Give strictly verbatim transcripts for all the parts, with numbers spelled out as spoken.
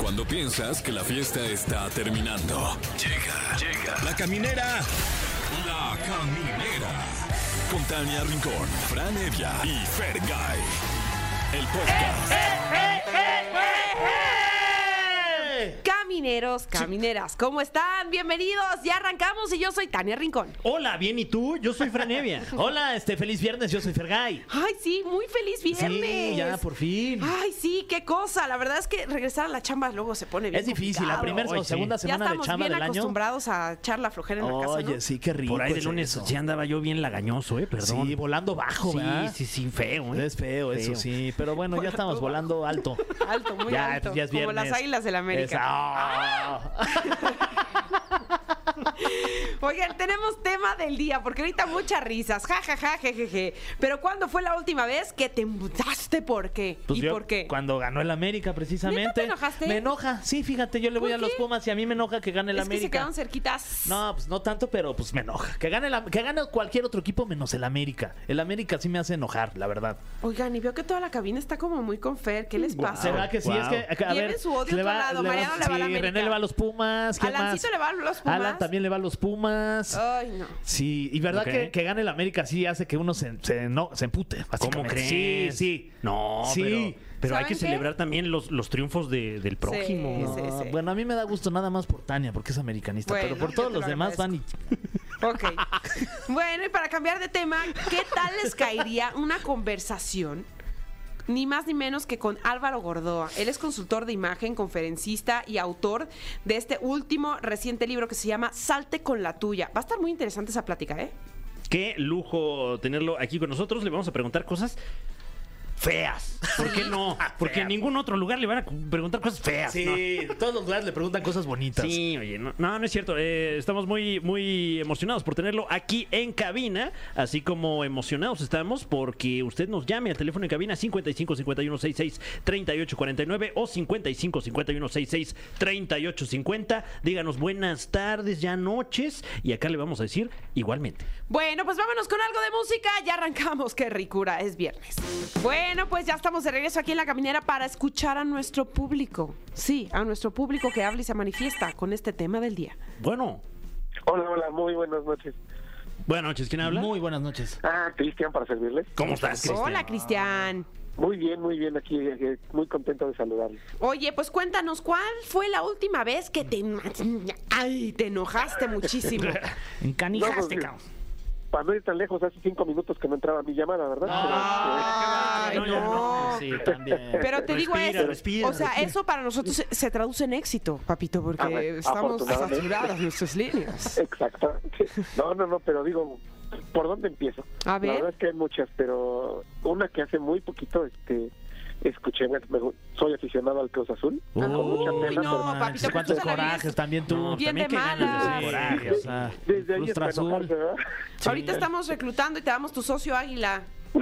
Cuando piensas que la fiesta está terminando. Llega, llega. La caminera. La caminera. Con Tania Rincón, Fran Evia y Fergay. El podcast. ¡Eh, eh, eh, eh, eh! Camineros, camineras, ¿cómo están? Bienvenidos, ya arrancamos y yo soy Tania Rincón. Hola, bien, ¿y tú? Yo soy Fran Evia. Hola, este, feliz viernes, yo soy Fergay. Ay, sí, muy feliz viernes. Sí, ya, por fin. Ay, sí, qué cosa. La verdad es que regresar a la chamba luego se pone bien Es difícil, la complicado. primera o Hoy sí. segunda semana Ya de estamos chamba bien del año. acostumbrados a echar la flojera en la casa, Oye, ¿no? sí, qué rico. Por ahí de es lunes eso. sí andaba yo bien lagañoso, ¿eh? Perdón. Sí, volando bajo, sí, ¿verdad? sí, sí, feo, ¿eh? Es feo, eso Feo. sí. Pero bueno, ya estamos volando alto. Alto, muy Ya, alto. ya es como viernes. las Águilas del la América. Esa- Oigan, tenemos tema del día, porque ahorita muchas risas, ja, ja, ja, jejeje. Pero ¿cuándo fue la última vez que te embutaste? ¿Por qué? Pues ¿Y yo, por qué? Cuando ganó el América, precisamente. ¿Neta te enojaste? Me enoja, sí, fíjate, yo le voy ¿Por a los qué? Pumas y a mí me enoja que gane el Es que se América. quedaron cerquitas. No, pues no tanto, pero pues me enoja. Que gane, la, que gane cualquier otro equipo menos el América. El América sí me hace enojar, la verdad. Oigan, y veo que toda la cabina está como muy con Fer. ¿Qué les pasa? ¿Será que sí? Wow. Es que, a Lleven ver, su odio le a otro lado. le Mariano le va a la sí, América. René le va a los Pumas. ¿Quién Alancito más? le va a los Pumas. Alan también le va a los Pumas. Ay, no. Sí, y verdad Ok. que, que gane el América sí hace que uno se, se, no, se empute. ¿Cómo básicamente. crees? Sí, sí. No, Sí. pero, pero hay ¿Saben que qué? celebrar también los, los triunfos de- del prójimo. Sí, No, sí. Bueno, a mí me da gusto nada más por Tania, porque es americanista, Bueno, pero por yo todos te los lo demás van y... Ok. Bueno, y para cambiar de tema, ¿qué tal les caería una conversación? Ni más ni menos que con Álvaro Gordoa. Él es consultor de imagen, conferencista y autor de este último reciente libro que se llama Salte con la tuya. Va a estar muy interesante esa plática, ¿eh? Qué lujo tenerlo aquí con nosotros. Le vamos a preguntar cosas feas. ¿Por qué no? Porque en ningún otro lugar le van a preguntar cosas feas. Sí, todos los lugares le preguntan cosas bonitas. Sí, oye, no, no, no es cierto. Eh, estamos muy, muy emocionados por tenerlo aquí en cabina, así como emocionados estamos porque usted nos llame al teléfono en cabina cincuenta y cinco cincuenta y uno sesenta y seis treinta y ocho cuarenta y nueve o cincuenta y cinco cincuenta y uno sesenta y seis treinta y ocho cincuenta. Díganos buenas tardes, ya noches, y acá le vamos a decir igualmente. Bueno, pues vámonos con algo de música. Ya arrancamos, qué ricura, es viernes. Bueno, pues ya estamos de regreso aquí en La Caminera para escuchar a nuestro público. Sí, a nuestro público que habla y se manifiesta con este tema del día. Bueno, Hola, hola, muy buenas noches. buenas noches, ¿quién habla? Muy buenas noches. Ah, Cristian, para servirles. ¿Cómo estás, Cristian? Hola, Cristian. Muy bien, muy bien, aquí, eh, muy contento de saludarles. Oye, pues cuéntanos, ¿cuál fue la última vez que te... Ay, te enojaste muchísimo? Encanijaste, No, pues, cabrón. Para no ir tan lejos, hace cinco minutos que no entraba mi llamada, ¿verdad? Ay, No, ya no. Sí, también. Pero te digo Respira, eso, respira, o sea, respira. eso para nosotros se, se traduce en éxito, papito, porque Ah, bueno, estamos afortunadamente. saturadas nuestras líneas. Pero- Exactamente. No, no, no, pero digo, ¿por dónde empiezo? A ver. La verdad es que hay muchas, pero una que hace muy poquito, este... Escuché, me- me- soy aficionado al Cruz Azul. Uy, con mucha Uy, pena, no, pero papito, Manches, pues cuántos tú te la corajes vives también tú. No, bien también de qué ganas de malas. hacer coraje, o sea. desde ahí es Frustra para azul. enojarse, ¿verdad? Ahorita estamos reclutando y te damos tu socio águila.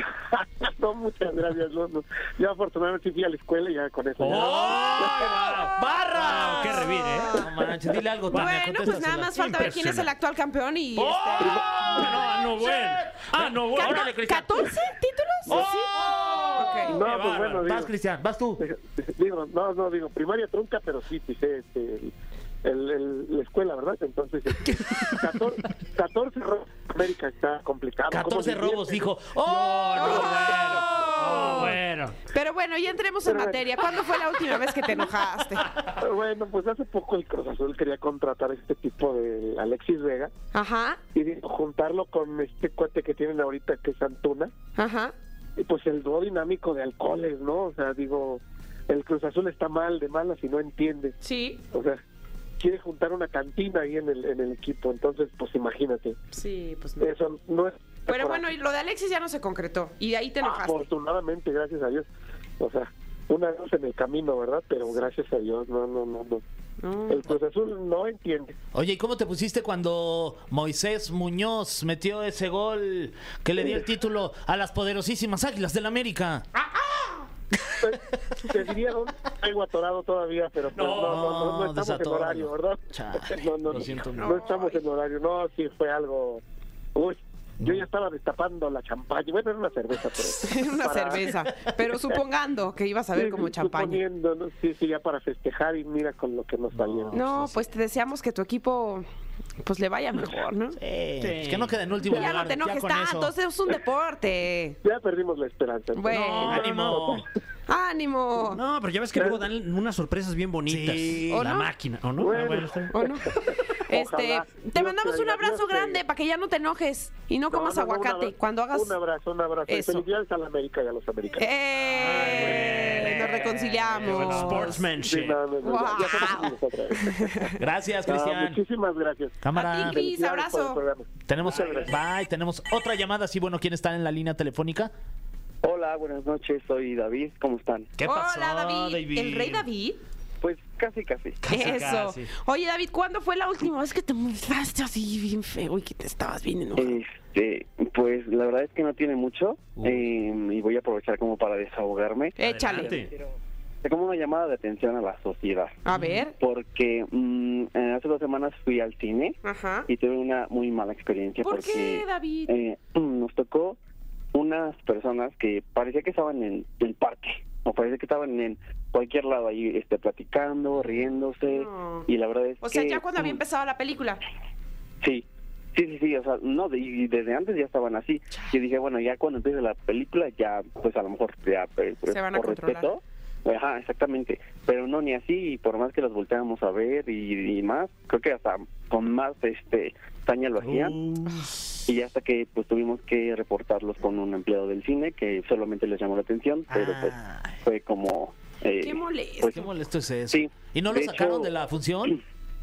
No, muchas gracias, no, no. Yo afortunadamente sí fui a la escuela y ya con eso. ya- ¡Oh! ¡Barra! Wow, qué revir, ¿eh? No manches, dile algo, Tania, Bueno, pues contéstasela. nada más falta ver quién es el actual campeón y... ¡Oh! Ah, no, bueno. Ah, no, bueno. este, Órale, Cristian. ¿catorce títulos? Sí. Ok. No, pues bárbaro. bueno, digo, Vas, Cristian, vas tú. digo, no, no, digo, primaria trunca, pero sí pisé este, el, el- la escuela, ¿verdad? Entonces, este, catorce, catorce robos en América está complicado. ¿Cómo catorce se robos, siente? hijo. ¡Oh! No, bueno. Oh, bueno. Pero bueno, ya entremos en Pero bueno. materia. ¿Cuándo fue la última vez que te enojaste? Bueno, pues hace poco el Cruz Azul quería contratar a este tipo de Alexis Vega Ajá, y digo, juntarlo con este cuate que tienen ahorita que es Antuna. ajá. Y pues el dúo dinámico de alcoholes, ¿no? O sea, digo, el Cruz Azul está mal de malas y no entiende. Sí, O sea, quiere juntar una cantina ahí en el, en el equipo. Entonces, pues imagínate. sí, pues no. Eso no es... Pero bueno, y lo de Alexis ya no se concretó. Y de ahí te enojaste. Afortunadamente, gracias a Dios. O sea, una vez en el camino, ¿verdad? Pero gracias a Dios, no, no, no, no. No. El Cruz Azul no entiende. Oye, ¿y cómo te pusiste cuando Moisés Muñoz metió ese gol que le dio el título a las poderosísimas Águilas del América? Te diría, un algo atorado todavía, pero pues no, no, no, no, No, estamos en desatóralo. horario, ¿verdad? Chale, no, no, lo siento no, mucho. estamos en horario. No, sí fue algo... Uy, Yo ya estaba destapando la champaña. Bueno, era una cerveza, pero... Una para- cerveza. Pero supongando que ibas a ver Sí, como champaña. suponiendo, ¿no? Sí, sí, ya para festejar y mira con lo que nos salieron. No, pues te deseamos que tu equipo pues le vaya mejor, ¿no? Sí, pues que no quede en último Ya lugar. no te enojes con tanto, eso. es un deporte. Ya perdimos la esperanza. Bueno. No, ánimo. ¡Ánimo! No, pero ya ves que luego dan unas sorpresas bien bonitas. Sí. ¿O La no? máquina, ¿o no? Bueno. Ah, bueno, está bien. ¿O no? Este, Ojalá. te Dios mandamos te un oiga, abrazo Dios te grande oiga. para que ya no te enojes y no comas No, no, no, un aguacate abra- cuando hagas. Un abrazo, un abrazo. Y Eso. felicidades a la América y a los americanos. ¡Eh! Nos reconciliamos. Sportsmanship. Sí, no, no, no, ya- ya somos Wow. amigos otra vez. Gracias, No, Cristian. muchísimas gracias. Cámara. A ti, Cris. Felicidades abrazo. por el programa. Tenemos, Muchas gracias. bye, tenemos otra llamada. Sí, bueno, ¿quién está en la línea telefónica? Hola, buenas noches, soy David, ¿cómo están? ¿Qué pasó, Hola, David. David? ¿El rey David? Pues casi, casi. Casi, Eso. casi. Oye, David, ¿cuándo fue la última vez que te mostraste así bien feo y que te estabas bien enojado? Este, pues la verdad es que no tiene mucho Uh. eh, y voy a aprovechar como para desahogarme. Échale. Adelante. Es como una llamada de atención a la sociedad, A ver. porque mm, eh, hace dos semanas fui al cine Ajá. y tuve una muy mala experiencia ¿Por porque qué, David? eh, nos tocó unas personas que parecía que estaban en el parque o parecía que estaban en cualquier lado ahí este platicando, riéndose No. y la verdad es O sea, que ya cuando había mm, empezado la película. Sí, sí, sí, sí, o sea, no, de- y desde antes ya estaban así. Yo dije, bueno, ya cuando empiece la película, ya, pues a lo mejor, ya, pues, Se van a por controlar. respeto. Ajá, exactamente. Pero no, ni así, y por más que los volteábamos a ver y, y más, creo que hasta con más este saña lo hacían. Uh, Y hasta que, pues, tuvimos que reportarlos con un empleado del cine que solamente les llamó la atención, pero pues Ay, fue como... eh, Qué molesto. pues, qué molesto es eso. Sí. ¿Y no lo De sacaron hecho- de la función?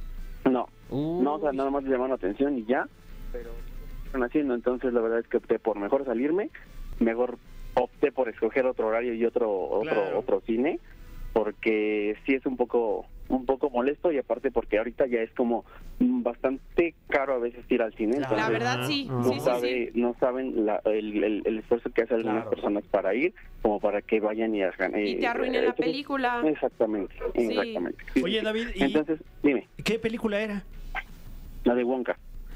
no, Uy. No, o sea, nada más le llamaron la atención y ya, pero están haciendo, entonces la verdad es que opté por mejor salirme, mejor opté por escoger otro horario y otro otro Claro. otro cine, porque sí es un poco un poco molesto y aparte porque ahorita ya es como mm, bastante caro a veces ir al cine, Claro. La entonces verdad, sí. no Sí, no sí, sabe, sí. no saben la- el, el- el esfuerzo que hacen algunas Claro. personas para ir, como para que vayan y hagan. Y eh, te arruinen eh, la película. Exactamente, Sí. exactamente. Sí, Oye, sí. David, ¿y Entonces, dime, qué película era? la de Wonka.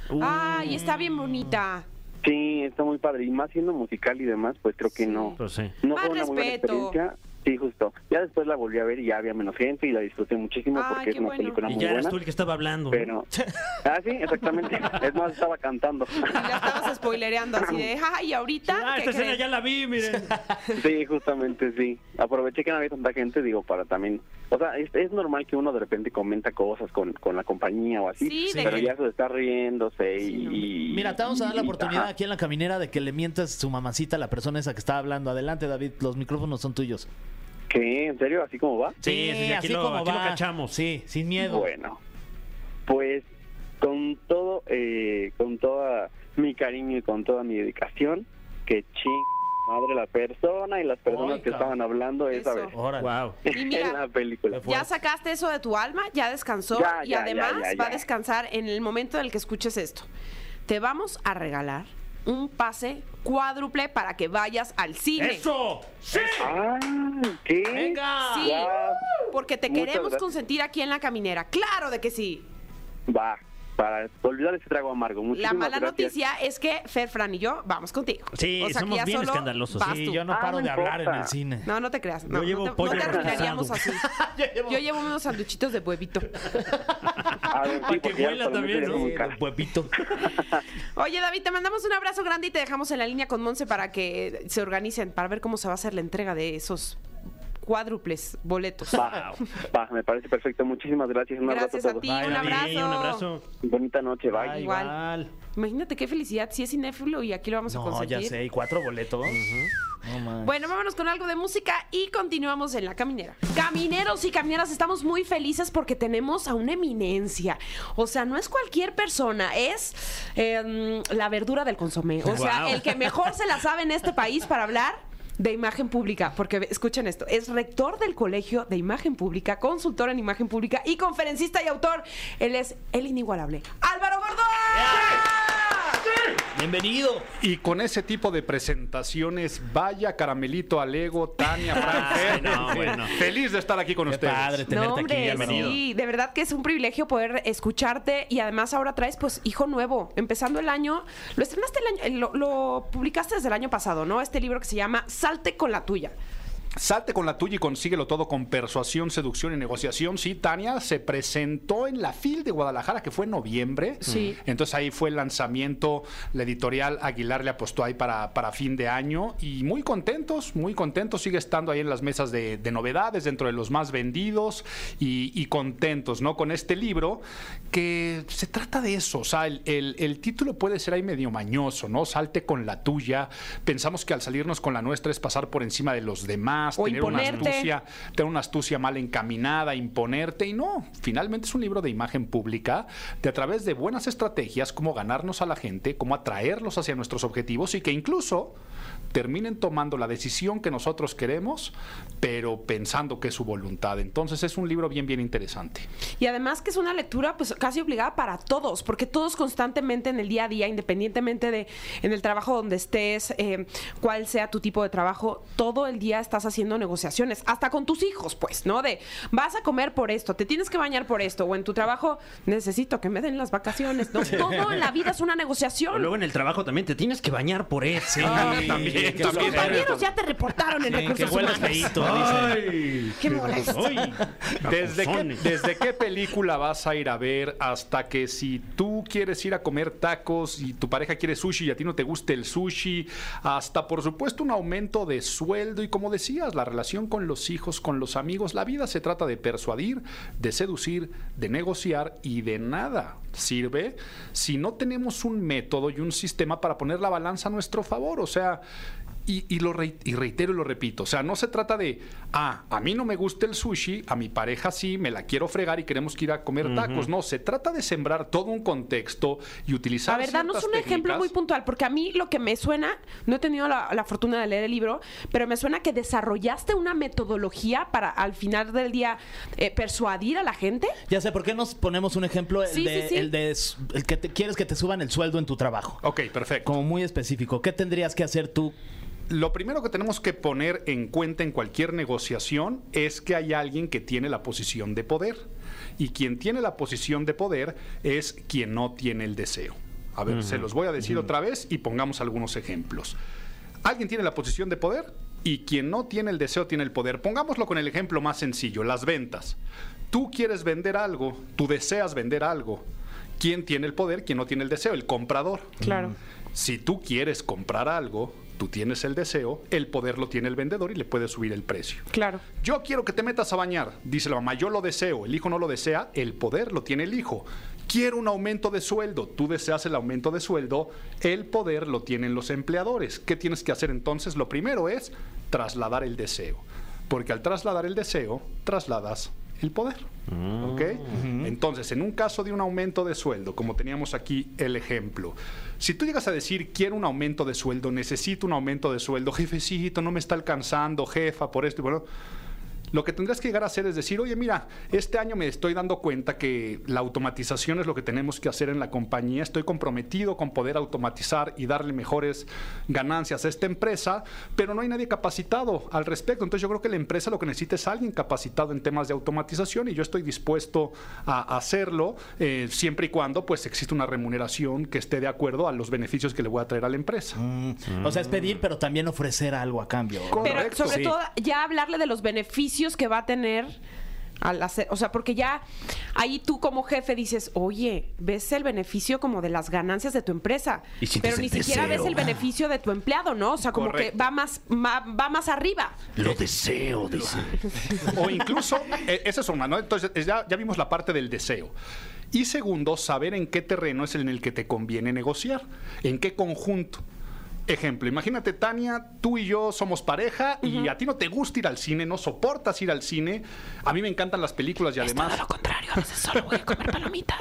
Ay, está bien bonita. Sí, está muy padre. Y más siendo musical y demás, pues creo que no. Pues sí. No Más fue una buena respeto. experiencia. Sí, justo. Ya después la volví a ver y ya había menos gente y la disfruté muchísimo Ay, porque es qué una bueno. película Y muy ya eras buena. tú el que estaba hablando. ¿no? Pero... Ah, sí, exactamente. Es más, estaba cantando. Y la estabas spoilereando así de, ay, ahorita. Ah, ¿qué esta escena creen? ya la vi, miren. Sí, justamente, sí. Aproveché que no había tanta gente, digo, para también... O sea, es, es normal que uno de repente comenta cosas con, con la compañía o así, Sí, de pero que- ya se está riéndose y... Sí, no. y- Mira, te vamos a dar la y- oportunidad ajá. aquí en la caminera de que le mientas su mamacita a la persona esa que está hablando. Adelante, David, los micrófonos son tuyos. ¿Qué? ¿En serio? ¿Así como va? Sí, sí, sí, aquí lo- aquí lo cachamos. Sí, sin miedo. Bueno, pues con todo, eh, con toda mi cariño y con toda mi dedicación, que ching madre la persona y las personas Ay, que cabrón. estaban hablando esa Eso. vez Órale. Wow. Y mira, en la película. Ya sacaste eso de tu alma, ya descansó Ya, y ya, además ya, ya, va a ya. descansar en el momento en el que escuches esto. Te vamos a regalar un pase cuádruple para que vayas al cine. ¡Eso! ¡Sí! Ah, ¿qué? ¡Venga! Sí, Ya. porque te Muchas queremos gracias. consentir aquí en la caminera. Claro de que sí. Va, para olvidar ese trago amargo. La Muchísimas mala gracias. noticia es que Fer, Fran y yo vamos contigo. Sí, O sea, que somos ya bien solo escandalosos. vas Sí, tú. yo no Ah, paro no de hablar en importa. el cine. No, no te creas. No, Yo llevo no te, pollo no te arruinaríamos rostizado. así. Yo llevo unos sanduchitos de huevito. A ver, sí, Para que porque ya huela solamente también, sería ¿no? muy Sí, caro. de huevito. Oye, David, te mandamos un abrazo grande y te dejamos en la línea con Monse para que se organicen, para ver cómo se va a hacer la entrega de esos cuádruples boletos. Va, va, me parece perfecto. Muchísimas gracias. Un abrazo Gracias a todos. ti, Bye, un David, abrazo. un abrazo. Bonita noche, bye. Ah, Igual. igual. Imagínate qué felicidad si es cinéfilo y aquí lo vamos a No, consentir. ya sé, ¿y cuatro boletos? No más. Bueno, vámonos con algo de música y continuamos en la caminera. Camineros y camineras, estamos muy felices porque tenemos a una eminencia. O sea, no es cualquier persona, es eh, la verdura del consomé. O sea, Wow. el que mejor se la sabe en este país para hablar de imagen pública. Porque escuchen esto, es rector del Colegio de Imagen Pública, consultor en imagen pública y conferencista y autor. Él es el inigualable Álvaro Gordoa. Bienvenido. Y con ese tipo de presentaciones, vaya caramelito al ego, Tania, Fran, Ah, Fer. no, bueno. Feliz de estar aquí con Qué ustedes. padre tenerte No, aquí. hombre, Bienvenido. sí, de verdad que es un privilegio poder escucharte y además ahora traes pues hijo nuevo, empezando el año, lo estrenaste el año, lo, lo publicaste desde el año pasado, ¿no? Este libro que se llama Salte con la tuya. Salte con la tuya y consíguelo todo con persuasión, seducción y negociación. Sí, Tania se presentó en la F I L de Guadalajara, que fue en noviembre. Sí. Entonces ahí fue el lanzamiento. La editorial Aguilar le apostó ahí para, para fin de año. Y muy contentos, muy contentos. Sigue estando ahí en las mesas de, de novedades, dentro de los más vendidos. Y, y contentos, ¿no? Con este libro, que se trata de eso. O sea, el, el, el título puede ser ahí medio mañoso, ¿no? Salte con la tuya. Pensamos que al salirnos con la nuestra es pasar por encima de los demás. O tener una imponerte. astucia, tener una astucia mal encaminada, imponerte, y no, finalmente es un libro de imagen pública, de a través de buenas estrategias, cómo ganarnos a la gente, cómo atraerlos hacia nuestros objetivos y que incluso terminen tomando la decisión que nosotros queremos, pero pensando que es su voluntad. Entonces es un libro bien, bien interesante. Y además que es una lectura pues casi obligada para todos, porque todos constantemente en el día a día, independientemente de en el trabajo donde estés, eh, cuál sea tu tipo de trabajo, todo el día estás haciendo negociaciones, hasta con tus hijos, pues, ¿no? De vas a comer por esto, te tienes que bañar por esto, o en tu trabajo necesito que me den las vacaciones, ¿no? Todo en la vida es una O negociación. luego en el trabajo también te tienes que bañar por eso. Sí, también, qué Tus también. flojera. compañeros ya te reportaron en Sí, que recursos hueles humanos. feíto, dice. Ay, Qué molesto. ay, ¿Desde qué, acusones. ¿Desde qué película vas a ir a ver hasta que si tú quieres ir a comer tacos y tu pareja quiere sushi y a ti no te gusta el sushi, hasta por supuesto un aumento de sueldo y como decías, la relación con los hijos, con los amigos? La vida se trata de persuadir, de seducir, de negociar y de nada sirve si no tenemos un método y un sistema para poner la balanza a nuestro favor. O sea, Y, y, lo re, y reitero y lo repito, o sea, no se trata de, ah, a mí no me gusta el sushi, a mi pareja sí, me la quiero fregar y queremos que ir a comer tacos. No, se trata de sembrar todo un contexto y utilizar A ver, danos ciertas un ejemplo técnicas. muy puntual, porque a mí lo que me suena, no he tenido la, la fortuna de leer el libro, pero me suena que desarrollaste una metodología para al final del día eh, persuadir a la gente. Ya sé, ¿por qué nos ponemos un ejemplo? El, Sí, de, sí, sí. el de el que te, quieres que te suban el sueldo en tu trabajo. Ok, perfecto. Como muy específico. ¿Qué tendrías que hacer tú? Lo primero que tenemos que poner en cuenta en cualquier negociación es que hay alguien que tiene la posición de poder. Y quien tiene la posición de poder es quien no tiene el deseo. A ver, uh-huh. se los voy a decir uh-huh. otra vez y pongamos algunos ejemplos. Alguien tiene la posición de poder y quien no tiene el deseo tiene el poder. Pongámoslo con el ejemplo más sencillo, las ventas. Tú quieres vender algo, tú deseas vender algo. ¿Quién tiene el poder? ¿Quién no tiene el deseo? El comprador. Claro. Si tú quieres comprar algo, tú tienes el deseo, el poder lo tiene el vendedor y le puedes subir el precio. Claro. Yo quiero que te metas a bañar, dice la mamá, yo lo deseo, el hijo no lo desea, el poder lo tiene el hijo. Quiero un aumento de sueldo, tú deseas el aumento de sueldo, el poder lo tienen los empleadores. ¿Qué tienes que hacer entonces? Lo primero es trasladar el deseo, porque al trasladar el deseo, trasladas el poder. ¿Ok? Uh-huh. Entonces, en un caso de un aumento de sueldo, como teníamos aquí el ejemplo, si tú llegas a decir, quiero un aumento de sueldo, necesito un aumento de sueldo, jefecito, no me está alcanzando, jefa, por esto y bueno, lo que tendrás que llegar a hacer es decir, oye, mira, este año me estoy dando cuenta que la automatización es lo que tenemos que hacer en la compañía. Estoy comprometido con poder automatizar y darle mejores ganancias a esta empresa, pero no hay nadie capacitado al respecto. Entonces yo creo que la empresa lo que necesita es alguien capacitado en temas de automatización y yo estoy dispuesto a hacerlo eh, siempre y cuando pues existe una remuneración que esté de acuerdo a los beneficios que le voy a traer a la empresa. Mm. Mm. O sea, es pedir, pero también ofrecer algo a cambio. Pero Correcto. sobre Sí. todo ya hablarle de los beneficios que va a tener al hacer, o sea, porque ya ahí tú como jefe dices, oye, ves el beneficio como de las ganancias de tu empresa, Y sientes pero ni el siquiera deseo. ves el beneficio de tu empleado, ¿no? O sea, como Correcto. que va más, va, va más arriba. Lo deseo, dice. O incluso, eh, esa es una, ¿no? Entonces, ya, ya vimos la parte del deseo. Y segundo, saber en qué terreno es en el que te conviene negociar, en qué conjunto. Ejemplo, imagínate, Tania, tú y yo somos pareja y uh-huh. a ti no te gusta ir al cine, no soportas ir al cine. A mí me encantan las películas y además... Es todo lo contrario, a veces solo voy a comer palomitas.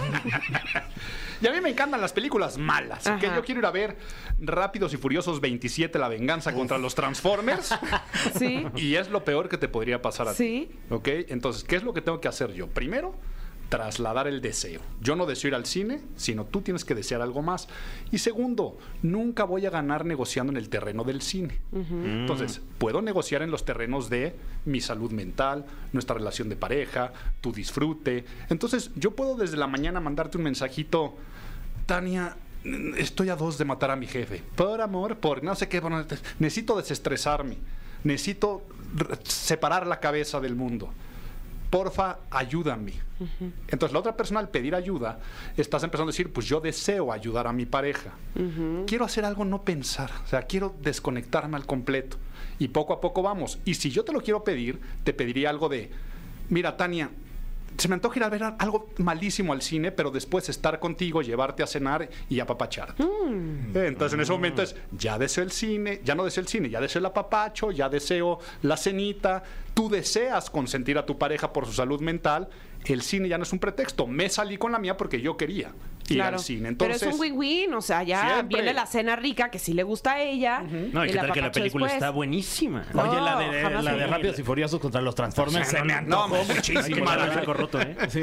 Y a mí me encantan las películas malas. Que yo quiero ir a ver Rápidos y Furiosos veintisiete, La venganza Uf. contra los Transformers. Sí. Y es lo peor que te podría pasar a sí. ti. ¿Ok? Entonces, ¿qué es lo que tengo que hacer yo? Primero, trasladar el deseo. Yo no deseo ir al cine, sino tú tienes que desear algo más. Y segundo, nunca voy a ganar negociando en el terreno del cine. Uh-huh. Entonces, puedo negociar en los terrenos de mi salud mental, nuestra relación de pareja, tu disfrute. Entonces, yo puedo desde la mañana mandarte un mensajito, Tania, estoy a dos de matar a mi jefe. Por amor, por no sé qué, por, necesito desestresarme, necesito separar la cabeza del mundo. Porfa, ayúdame. Uh-huh. Entonces, la otra persona, al pedir ayuda, estás empezando a decir, pues yo deseo ayudar a mi pareja. Uh-huh. Quiero hacer algo, no pensar. O sea, quiero desconectarme al completo. Y poco a poco vamos. Y si yo te lo quiero pedir, te pediría algo de, mira, Tania, se me antoja ir a ver algo malísimo al cine, pero después estar contigo, llevarte a cenar y apapacharte. Mm. Entonces, en ese momento es, ya deseo el cine, ya no deseo el cine, ya deseo el apapacho, ya deseo la cenita. Tú deseas consentir a tu pareja por su salud mental. El cine ya no es un pretexto. Me salí con la mía porque yo quería ir claro, al cine. Entonces, pero es un win-win, o sea, ya siempre viene la cena rica que sí le gusta a ella. Uh-huh. No, y qué tal que la película después está buenísima. No, Oye, la de, no, la de Rápidos y Furiosos contra los Transformers o sea, se me antojó no, muchísimo. Mal roto, ¿eh? Sí.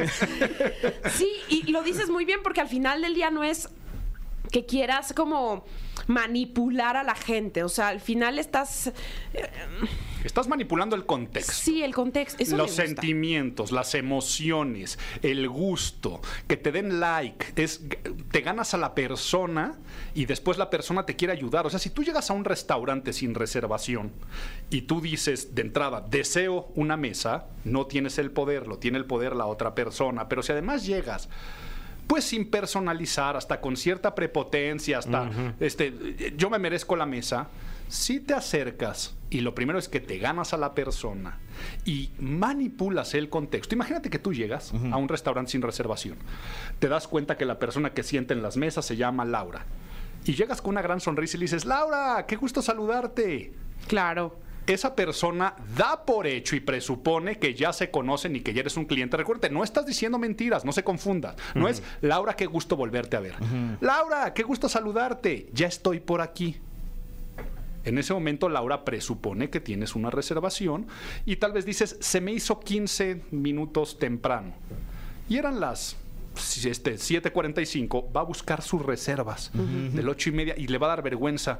Sí, y lo dices muy bien porque al final del día no es que quieras como manipular a la gente, o sea, al final estás... Eh, Estás manipulando el contexto. Sí, el contexto. Eso los me gusta. sentimientos, las emociones, el gusto, que te den like. Es, te ganas a la persona y después la persona te quiere ayudar. O sea, si tú llegas a un restaurante sin reservación y tú dices de entrada, deseo una mesa, no tienes el poder, lo tiene el poder la otra persona. Pero si además llegas... pues sin personalizar, hasta con cierta prepotencia, hasta uh-huh. este, yo me merezco la mesa. Si te acercas y lo primero es que te ganas a la persona y manipulas el contexto. Imagínate que tú llegas uh-huh. a un restaurante sin reservación. Te das cuenta que la persona que sienta en las mesas se llama Laura. Y llegas con una gran sonrisa y le dices, Laura, qué gusto saludarte. Claro. Esa persona da por hecho y presupone que ya se conocen y que ya eres un cliente. Recuerde, no estás diciendo mentiras, no se confundas. No uh-huh. es, Laura, qué gusto volverte a ver. Uh-huh. Laura, qué gusto saludarte. Ya estoy por aquí. En ese momento, Laura presupone que tienes una reservación y tal vez dices, se me hizo quince minutos temprano. Y eran las... Este, siete cuarenta y cinco, va a buscar sus reservas uh-huh. del ocho y media y le va a dar vergüenza.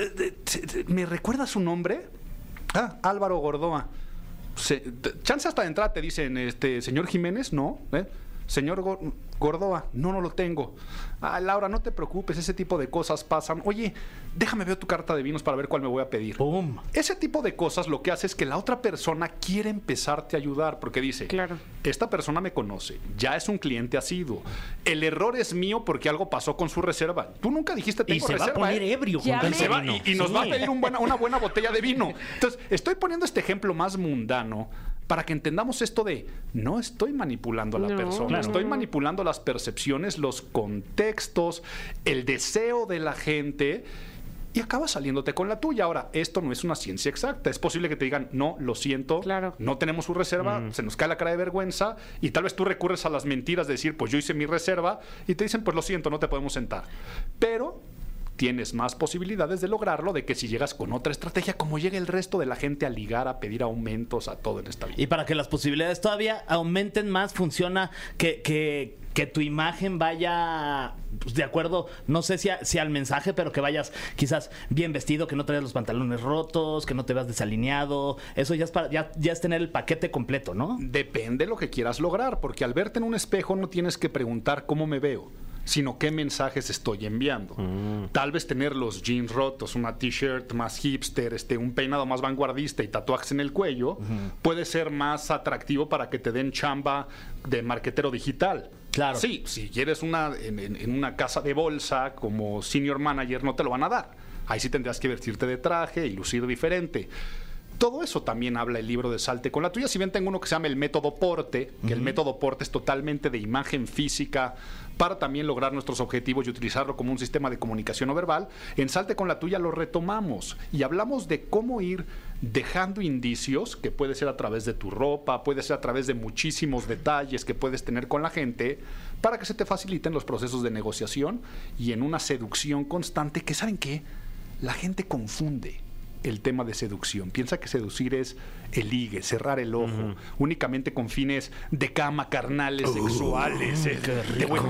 ¿Me recuerda su nombre? Ah, Álvaro Gordoa. Se, chance hasta de entrada te dicen, este, señor Jiménez, no, ¿eh? Señor Go- Gordoa, no, no lo tengo. Ah, Laura, no te preocupes, ese tipo de cosas pasan. Oye, déjame ver tu carta de vinos para ver cuál me voy a pedir. ¡Pum! Ese tipo de cosas lo que hace es que la otra persona quiere empezarte a ayudar porque dice, claro, esta persona me conoce, ya es un cliente asiduo. El error es mío porque algo pasó con su reserva. Tú nunca dijiste tengo y se reserva. Va a poner ¿eh? ebrio ya con me... se va, y, y nos sí. va a pedir un buena, una buena botella de vino. Entonces, estoy poniendo este ejemplo más mundano para que entendamos esto de no estoy manipulando a la no, persona, claro. estoy manipulando las percepciones, los contextos, el deseo de la gente y acabas saliéndote con la tuya. Ahora, esto no es una ciencia exacta. Es posible que te digan, no, lo siento, claro. no tenemos su reserva, mm. se nos cae la cara de vergüenza y tal vez tú recurres a las mentiras de decir, pues yo hice mi reserva y te dicen, pues lo siento, no te podemos sentar. Pero tienes más posibilidades de lograrlo de que si llegas con otra estrategia, como llega el resto de la gente a ligar, a pedir aumentos, a todo en esta vida. Y para que las posibilidades todavía aumenten más, funciona que, que, que tu imagen vaya pues, de acuerdo, no sé si, a, si al mensaje, pero que vayas quizás bien vestido, que no traigas los pantalones rotos, que no te veas desalineado. Eso ya es, para, ya, ya es tener el paquete completo, ¿no? Depende de lo que quieras lograr, porque al verte en un espejo no tienes que preguntar cómo me veo, sino qué mensajes estoy enviando. Mm. Tal vez tener los jeans rotos, una t-shirt más hipster, este, un peinado más vanguardista y tatuajes en el cuello, uh-huh. puede ser más atractivo para que te den chamba de marquetero digital. Claro. Sí, si quieres una en, en, en una casa de bolsa como senior manager no te lo van a dar. Ahí sí tendrás que vestirte de traje y lucir diferente. Todo eso también habla el libro de Salte con la tuya. Si bien tengo uno que se llama el método Porte, que uh-huh. el método Porte es totalmente de imagen física para también lograr nuestros objetivos y utilizarlo como un sistema de comunicación no verbal. En Salte con la tuya lo retomamos y hablamos de cómo ir dejando indicios, que puede ser a través de tu ropa, puede ser a través de muchísimos detalles que puedes tener con la gente, para que se te faciliten los procesos de negociación y en una seducción constante que, ¿saben qué? La gente confunde el tema de seducción. Piensa que seducir es el ligue, cerrar el ojo, uh-huh. únicamente con fines de cama, carnales, uh, sexuales. Eh, de buen...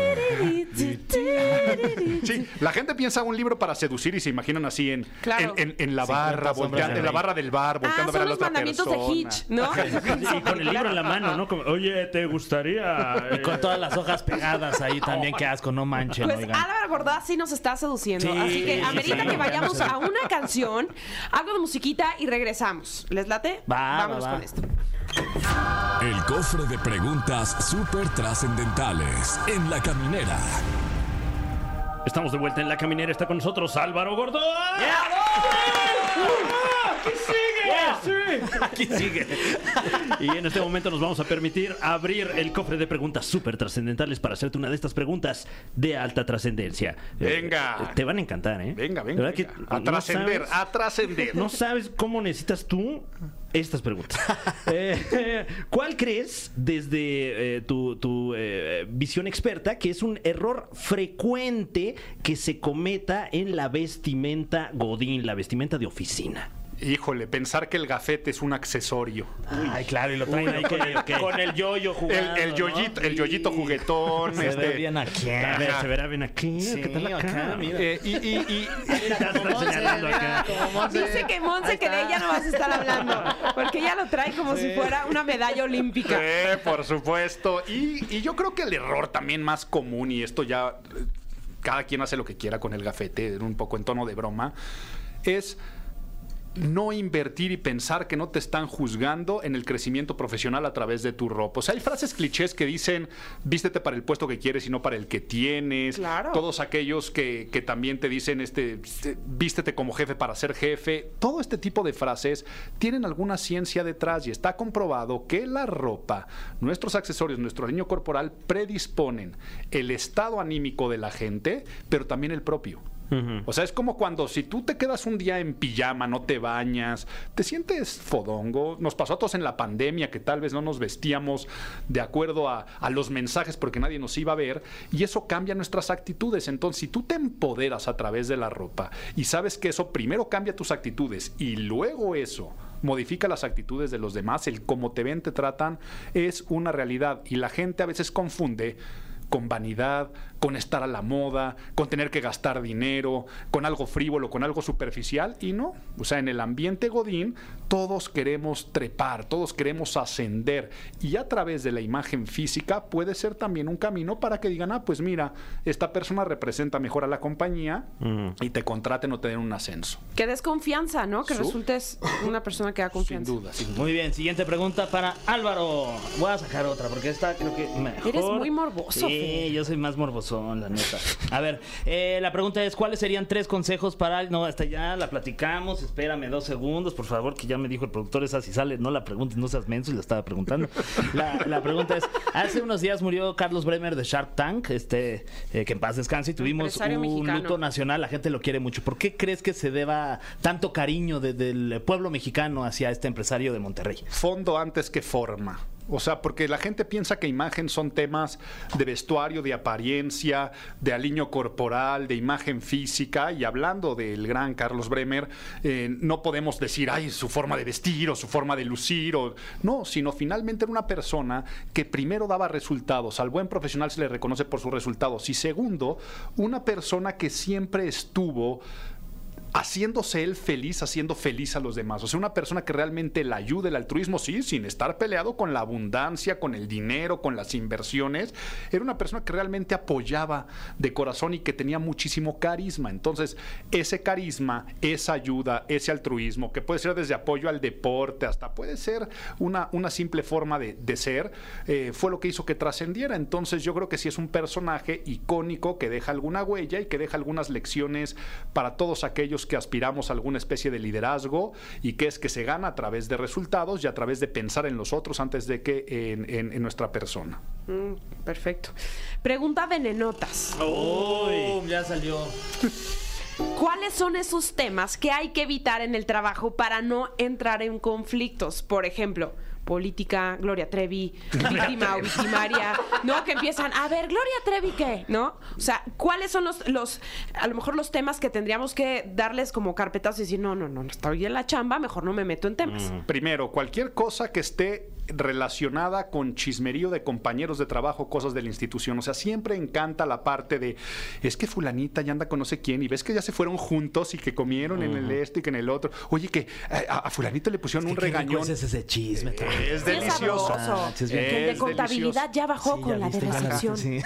Sí, la gente piensa un libro para seducir y se imaginan así en, claro. en, en, en la barra, volteando, en la barra del bar, volteando ah, a ver a la otra mandamientos persona. De Hitch, ¿no? Y con el libro en la mano, ¿no? Como, oye, ¿te gustaría? Y con todas las hojas pegadas ahí también, qué asco, no manchen. Pues oigan. Álvaro Gordó sí nos está seduciendo. Sí, así que amerita sí, que vayamos a una canción, algo de musiquita y regresamos. ¿Les late? Va, Vámonos va, va. con esto. El cofre de preguntas súper trascendentales en La Caminera. Estamos de vuelta en La Caminera. Está con nosotros Álvaro Gordó. Yeah. ¡Aquí sigue! Yeah. Sí. Aquí sigue. Y en este momento nos vamos a permitir abrir el cofre de preguntas súper trascendentales para hacerte una de estas preguntas de alta trascendencia. Venga. Eh, te van a encantar, ¿eh? Venga, venga. ¿Verdad venga. que A no trascender, sabes- a trascender. No sabes cómo necesitas tú estas preguntas. Eh, ¿Cuál crees, desde eh, tu, tu eh, visión experta, que es un error frecuente que se cometa en la vestimenta godín, la vestimenta de oficina? Híjole, pensar que el gafete es un accesorio. Ay, claro, y lo traen Uy, ahí ok, con, el, ok. con el yoyo El, jugando. el yoyito, el yoyito juguetón. Se este, ve bien aquí. A ver, Ajá. se verá bien aquí. Sí, ¿Qué tal acá? acá, mira. eh, y, y, y- Ya te está señalando acá. Dice que Monse, que de ella no vas a estar hablando, porque ella lo trae como si fuera una medalla olímpica. Eh, por supuesto. Y, y yo creo que el error también más común, y esto ya eh, cada quien hace lo que quiera con el gafete, un poco en tono de broma, es no invertir y pensar que no te están juzgando en el crecimiento profesional a través de tu ropa. O sea, hay frases clichés que dicen, vístete para el puesto que quieres y no para el que tienes. Claro. Todos aquellos que, que también te dicen, este, vístete como jefe para ser jefe. Todo este tipo de frases tienen alguna ciencia detrás y está comprobado que la ropa, nuestros accesorios, nuestro aliño corporal predisponen el estado anímico de la gente, pero también el propio. Uh-huh. O sea, es como cuando si tú te quedas un día en pijama, no te bañas, te sientes fodongo. Nos pasó a todos en la pandemia que tal vez no nos vestíamos de acuerdo a, a los mensajes porque nadie nos iba a ver, y eso cambia nuestras actitudes. Entonces, si tú te empoderas a través de la ropa y sabes que eso primero cambia tus actitudes y luego eso modifica las actitudes de los demás, el cómo te ven, te tratan, es una realidad. Y la gente a veces confunde con vanidad, con estar a la moda, con tener que gastar dinero, con algo frívolo, con algo superficial, y no. O sea, en el ambiente godín todos queremos trepar, todos queremos ascender, y a través de la imagen física puede ser también un camino para que digan, ah, pues mira, esta persona representa mejor a la compañía, uh-huh. y te contraten o te den un ascenso. Que des confianza, ¿no? Que ¿Su? resultes una persona que da confianza. Sin duda, sin duda. Muy bien, siguiente pregunta para Álvaro. Voy a sacar otra porque esta creo que mejor. Eres muy morboso, Sí, Fe. yo soy más morbosón, la neta. A ver, eh, la pregunta es, ¿cuáles serían tres consejos para... No, hasta ya la platicamos, espérame dos segundos, por favor, que ya me dijo el productor, esa si sale, no la preguntes, no seas menso, y la estaba preguntando. La, la pregunta es, hace unos días murió Carlos Bremer de Shark Tank, este, eh, que en paz descanse, y tuvimos Empresario un mexicano. luto nacional, la gente lo quiere mucho. ¿Por qué crees que se deba tanto cariño de, del pueblo mexicano hacia este empresario de Monterrey? Fondo antes que forma. O sea, porque la gente piensa que imagen son temas de vestuario, de apariencia, de aliño corporal, de imagen física. Y hablando del gran Carlos Bremer, eh, no podemos decir, ay, su forma de vestir o su forma de lucir. O... No, sino finalmente era una persona que primero daba resultados. Al buen profesional se le reconoce por sus resultados. Y segundo, una persona que siempre estuvo haciéndose él feliz, haciendo feliz a los demás. O sea, una persona que realmente la ayuda, el altruismo, sí, sin estar peleado con la abundancia, con el dinero, con las inversiones. Era una persona que realmente apoyaba de corazón y que tenía muchísimo carisma. Entonces, ese carisma, esa ayuda, ese altruismo, que puede ser desde apoyo al deporte, hasta puede ser una, una simple forma de, de ser, eh, fue lo que hizo que trascendiera. Entonces, yo creo que sí es un personaje icónico que deja alguna huella y que deja algunas lecciones para todos aquellos que aspiramos a alguna especie de liderazgo, y que es que se gana a través de resultados y a través de pensar en los otros antes de que en, en, en nuestra persona. Mm, perfecto. Pregunta venenotas. ¡Oh! Ya salió. ¿Cuáles son esos temas que hay que evitar en el trabajo para no entrar en conflictos? Por ejemplo, política, Gloria Trevi, víctima o victimaria, ¿no? Que empiezan, a ver, Gloria Trevi, ¿qué? ¿No? O sea, ¿cuáles son los, los, a lo mejor los temas que tendríamos que darles como carpetazo y decir, no, no, no, estoy en la chamba, mejor no me meto en temas? Mm. Primero, cualquier cosa que esté relacionada con chismerío de compañeros de trabajo, cosas de la institución. O sea, siempre encanta la parte de, es que fulanita ya anda con no sé quién y ves que ya se fueron juntos y que comieron uh-huh. en el este y que en el otro. Oye, que a, a fulanito le pusieron es que un regañón. Es ese chisme. Eh, es delicioso. Ah, es que el de contabilidad delicioso. Ya bajó sí, con ya la de recepción. Sí.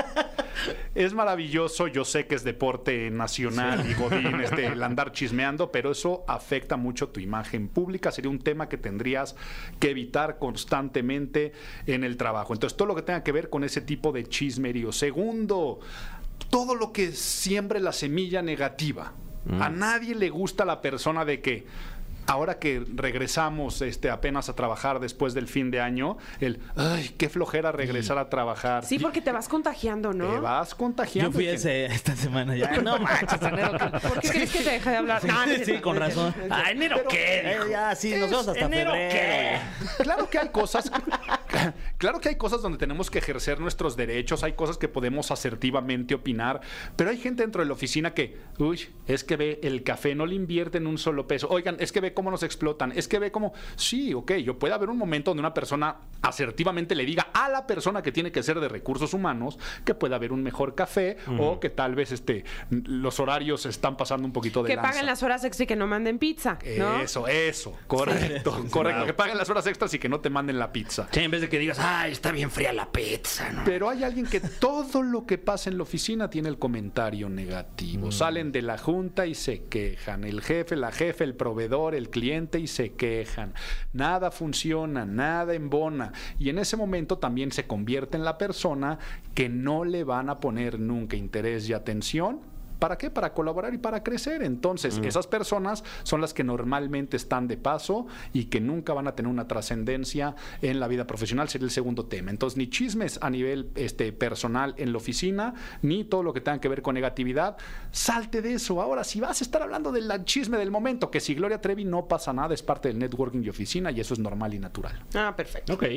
Es maravilloso, yo sé que es deporte nacional sí. y godín este, el andar chismeando, pero eso afecta mucho tu imagen pública. Sería un tema que tendrías que evitar constantemente en el trabajo. Entonces, todo lo que tenga que ver con ese tipo de chismerío. Segundo, todo lo que siembre la semilla negativa. Mm. A nadie le gusta la persona de que ahora que regresamos este, apenas a trabajar después del fin de año, el, ay, qué flojera regresar a trabajar. Sí, porque te vas contagiando, ¿no? Te vas contagiando. Yo fui ese, esta semana ya. No manches, enero. ¿Por qué crees que te deja de hablar? Sí, no, sí, sí, con razón. Ah, ¿enero Pero, qué? Eh, ya, sí, nos vemos hasta ¿enero febrero. Qué? Claro que hay cosas... Claro que hay cosas donde tenemos que ejercer nuestros derechos, hay cosas que podemos asertivamente opinar, pero hay gente dentro de la oficina que, uy, es que ve el café, no le invierten un solo peso. Oigan, es que ve cómo nos explotan, es que ve cómo... Sí, ok, yo puede haber un momento donde una persona asertivamente le diga a la persona que tiene que ser de recursos humanos que puede haber un mejor café uh-huh. o que tal vez este, los horarios están pasando un poquito de que lanza. paguen las horas extra y que no manden pizza, ¿no? Eso, eso, correcto, sí. correcto. Que paguen las horas extras y que no te manden la pizza. Sí, en vez de que digas, ay, está bien fría la pizza, ¿no? Pero hay alguien que todo lo que pasa en la oficina tiene el comentario negativo. Mm. Salen de la junta y se quejan. El jefe, la jefe, el proveedor, el cliente y se quejan. Nada funciona, nada embona. Y en ese momento también se convierte en la persona que no le van a poner nunca interés y atención. ¿Para qué? Para colaborar y para crecer. Entonces, mm. esas personas son las que normalmente están de paso y que nunca van a tener una trascendencia en la vida profesional. Sería el segundo tema. Entonces, ni chismes a nivel este, personal en la oficina, ni todo lo que tenga que ver con negatividad. Salte de eso. Ahora, si vas a estar hablando del chisme del momento, que si Gloria Trevi no pasa nada, es parte del networking y oficina y eso es normal y natural. Ah, perfecto. Ok.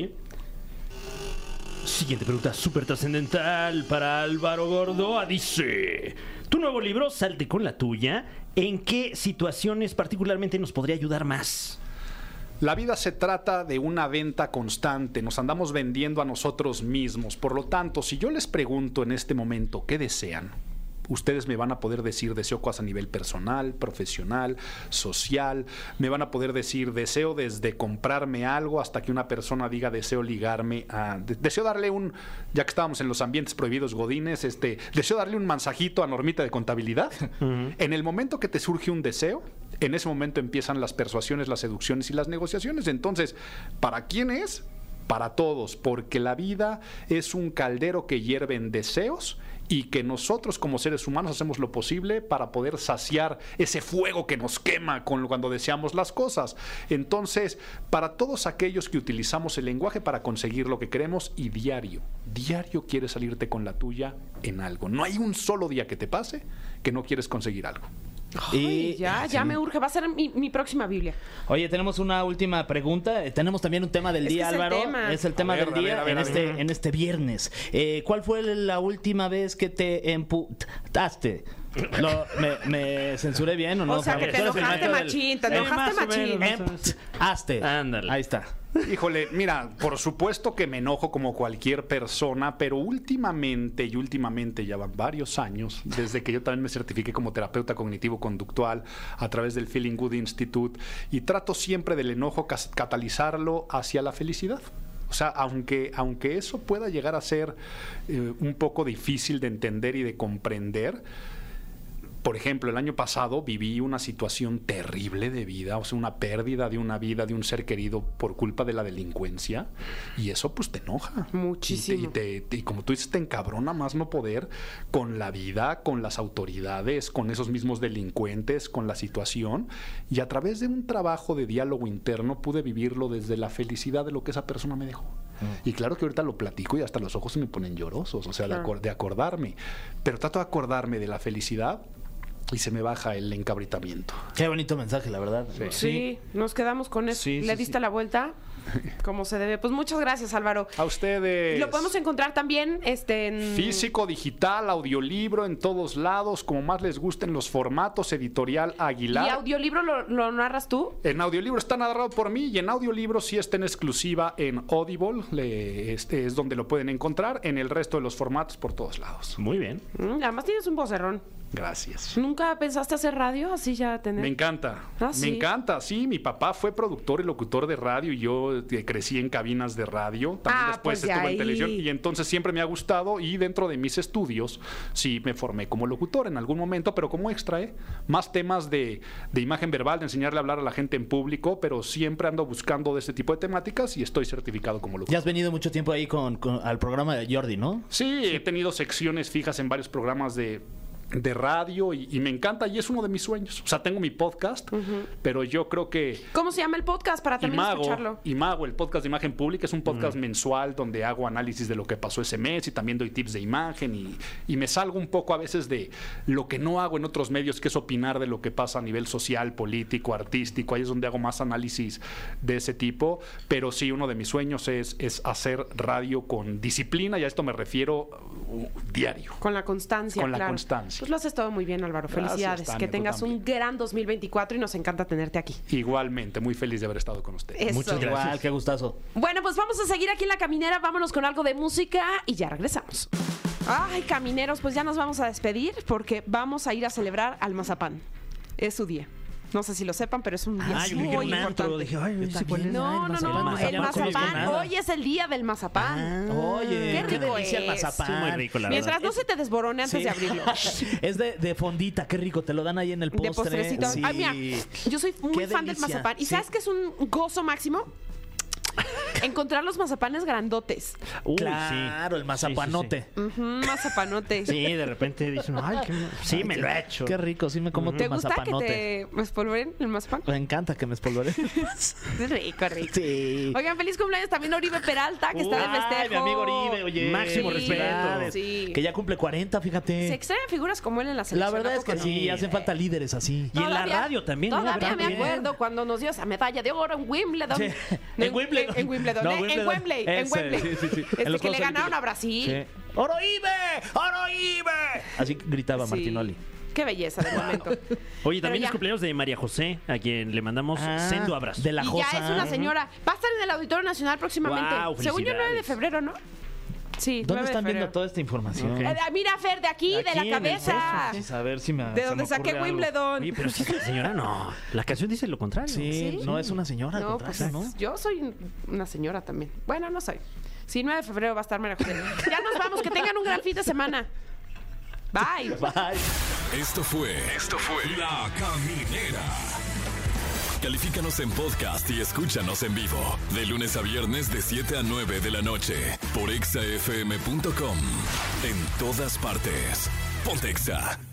Siguiente pregunta súper trascendental para Álvaro Gordoa. Dice, tu nuevo libro, Salte con la tuya, ¿en qué situaciones particularmente nos podría ayudar más? La vida se trata de una venta constante, nos andamos vendiendo a nosotros mismos. Por lo tanto, si yo les pregunto en este momento qué desean, ustedes me van a poder decir deseo cosas a nivel personal, profesional, social. Me van a poder decir deseo desde comprarme algo hasta que una persona diga deseo ligarme a... De, deseo darle un... Ya que estábamos en los ambientes prohibidos godines, este, deseo darle un mensajito a Normita de contabilidad. Uh-huh. En el momento que te surge un deseo, en ese momento empiezan las persuasiones, las seducciones y las negociaciones. Entonces, ¿para quién es? Para todos, porque la vida es un caldero que hierve en deseos y que nosotros como seres humanos hacemos lo posible para poder saciar ese fuego que nos quema con, cuando deseamos las cosas. Entonces, para todos aquellos que utilizamos el lenguaje para conseguir lo que queremos y diario, diario quieres salirte con la tuya en algo. No hay un solo día que te pase que no quieres conseguir algo. Ay, Y, ya, ya sí. me urge. Va a ser mi, mi próxima Biblia. Oye, tenemos una última pregunta. Tenemos también un tema del Es que día, es el Álvaro. tema. Es el tema A ver, del a día ver, a ver, en, a este, ver. en este viernes. Eh, ¿Cuál fue la última vez que te emputaste? Lo- me, ¿Me censuré bien o no? O sea, que te Tú eres el enojaste maestro del- machín, te Eh, enojaste más o machín. menos. Emputaste. Ándale. Ahí está. Híjole, mira, por supuesto que me enojo como cualquier persona, pero últimamente, y últimamente ya van varios años, desde que yo también me certifiqué como terapeuta cognitivo-conductual a través del Feeling Good Institute, y trato siempre del enojo cas- catalizarlo hacia la felicidad. O sea, aunque, aunque eso pueda llegar a ser eh, un poco difícil de entender y de comprender, por ejemplo, el año pasado viví una situación terrible de vida, o sea, una pérdida de una vida, de un ser querido por culpa de la delincuencia, y eso pues te enoja. Muchísimo. Y, te- y te- y como tú dices, te encabrona más no poder con la vida, con las autoridades, con esos mismos delincuentes, con la situación, y a través de un trabajo de diálogo interno pude vivirlo desde la felicidad de lo que esa persona me dejó. Y claro que ahorita lo platico y hasta los ojos se me ponen llorosos, o sea, de, Claro. acor- de acordarme, pero trato de acordarme de la felicidad y se me baja el encabritamiento. Qué bonito mensaje, la verdad. Sí, nos quedamos con eso. Sí, ¿Le sí, diste sí. la vuelta? Como se debe. Pues muchas gracias, Álvaro. A ustedes. Lo podemos encontrar también este, en... Físico, digital, audiolibro, en todos lados, como más les gusten los formatos, Editorial Aguilar. ¿Y audiolibro lo, lo narras tú? En audiolibro está narrado por mí y en audiolibro sí está en exclusiva en Audible, le- este es donde lo pueden encontrar, en el resto de los formatos por todos lados. Muy bien. Mm, además tienes un vocerrón. Gracias. ¿Nunca pensaste hacer radio así ya tener? Me encanta, Ah, me ¿sí? encanta, sí, mi papá fue productor y locutor de radio y yo eh, crecí en cabinas de radio, también Ah, después pues de estuve ahí. en televisión y entonces siempre me ha gustado y dentro de mis estudios sí me formé como locutor en algún momento, pero como extra, ¿eh? Más temas de, de imagen verbal, de enseñarle a hablar a la gente en público, pero siempre ando buscando de este tipo de temáticas y estoy certificado como locutor. Ya has venido mucho tiempo ahí con, con- al programa de Jordi, ¿no? Sí, he tenido secciones fijas en varios programas de, de radio y, y me encanta y es uno de mis sueños. O sea, tengo mi podcast, pero yo creo que ¿Cómo se llama el podcast para también Imago, escucharlo? Imago, el podcast de imagen pública, es un podcast mensual donde hago análisis de lo que pasó ese mes y también doy tips de imagen y, y me salgo un poco a veces de lo que no hago en otros medios, que es opinar de lo que pasa a nivel social, político, artístico. Ahí es donde hago más análisis de ese tipo. Pero sí, uno de mis sueños es, es hacer radio con disciplina y a esto me refiero uh, diario. Con la constancia, Con la claro. constancia. Pues lo haces todo muy bien, Álvaro. Gracias, Felicidades. Tania, que tú tengas un también. gran dos mil veinticuatro y nos encanta tenerte aquí. Igualmente, muy feliz de haber estado con ustedes. Eso. Muchas Igual, qué gustazo. Bueno, pues vamos a seguir aquí en La Caminera. Vámonos con algo de música y ya regresamos. Ay, camineros, pues ya nos vamos a despedir porque vamos a ir a celebrar al mazapán. Es su día. No sé si lo sepan, pero es un día Ah, yo creí que muy era un antro. importante. Dije, ay, no sé cuál es. No, no, no, mazapán. el Ya no conozco mazapán. nada. Hoy es el día del mazapán. Oye, Qué qué, rico delicia el es. mazapán. Sí, muy rico, la Mientras verdad. no se te desborone antes Sí. de abrirlo. Es de, de fondita, qué rico. Te lo dan ahí en el postre. De postrecito. Sí. Ay, mira, yo soy muy Qué fan del delicia. mazapán. ¿Y Sí. sabes qué es un gozo máximo? Encontrar los mazapanes grandotes. Uy, Claro, sí. el mazapanote. Ujú, mazapanote. Sí, sí, sí. Sí, de repente dicen, ay, qué... sí, me lo he hecho. Qué rico, sí me como ¿Te tu gusta que mazapanote. te espolvoren el mazapán? Me encanta que me espolvore. Es rico, rico. Sí. Oigan, feliz cumpleaños también a Oribe Peralta, que está de Ay, festejo. mi amigo Oribe, oye. Máximo felicidades. respeto. Sí. Que ya cumple cuarenta, fíjate. Se extrañan figuras como él en la La selección. verdad ¿a es que poco sí, no? hacen falta líderes así. Y en la Todavía- radio también, ¿no? Todavía me También. acuerdo cuando nos dio esa medalla de oro en Wimbledon. Sí. No, En Wimbledon. En, en Wimbledon. No, eh, En Wimbledon. Wembley. En Ese, Wembley. sí, sí, sí. Este, En los que le Juegos ganaron a Olímpicos. Brasil. Sí. ¡Oroibe! ¡Oroibe! Así gritaba Sí. Martinoli. Qué belleza de momento. Oye, también Pero es ya. cumpleaños de María José, a quien le mandamos Ah, sendo abrazo. de la Y Josa. ya es una señora. Va a estar en el Auditorio Nacional próximamente. Guau, Según yo, nueve de felicidades. febrero, ¿no? Sí, ¿Dónde nueve de están viendo febrero. toda esta información? Ok. Eh, mira, Fer, de aquí, de Aquí la en el cabeza. Pues, a ver si me. De se donde me saqué ocurre algo. Wimbledon. Oye, pero si es una señora, no. La canción dice lo contrario. Sí, ¿Sí? no es una señora, al No, contrario, pues ¿no? yo soy una señora también. Bueno, no soy. Sí, nueve de febrero va a estar María José. Ya nos vamos, que tengan un gran fin de semana. Bye. Bye. Esto fue. Esto fue. La Caminera. Califícanos en podcast y escúchanos en vivo. De lunes a viernes, de siete a nueve de la noche. Por exa f m punto com. En todas partes. Ponte Exa.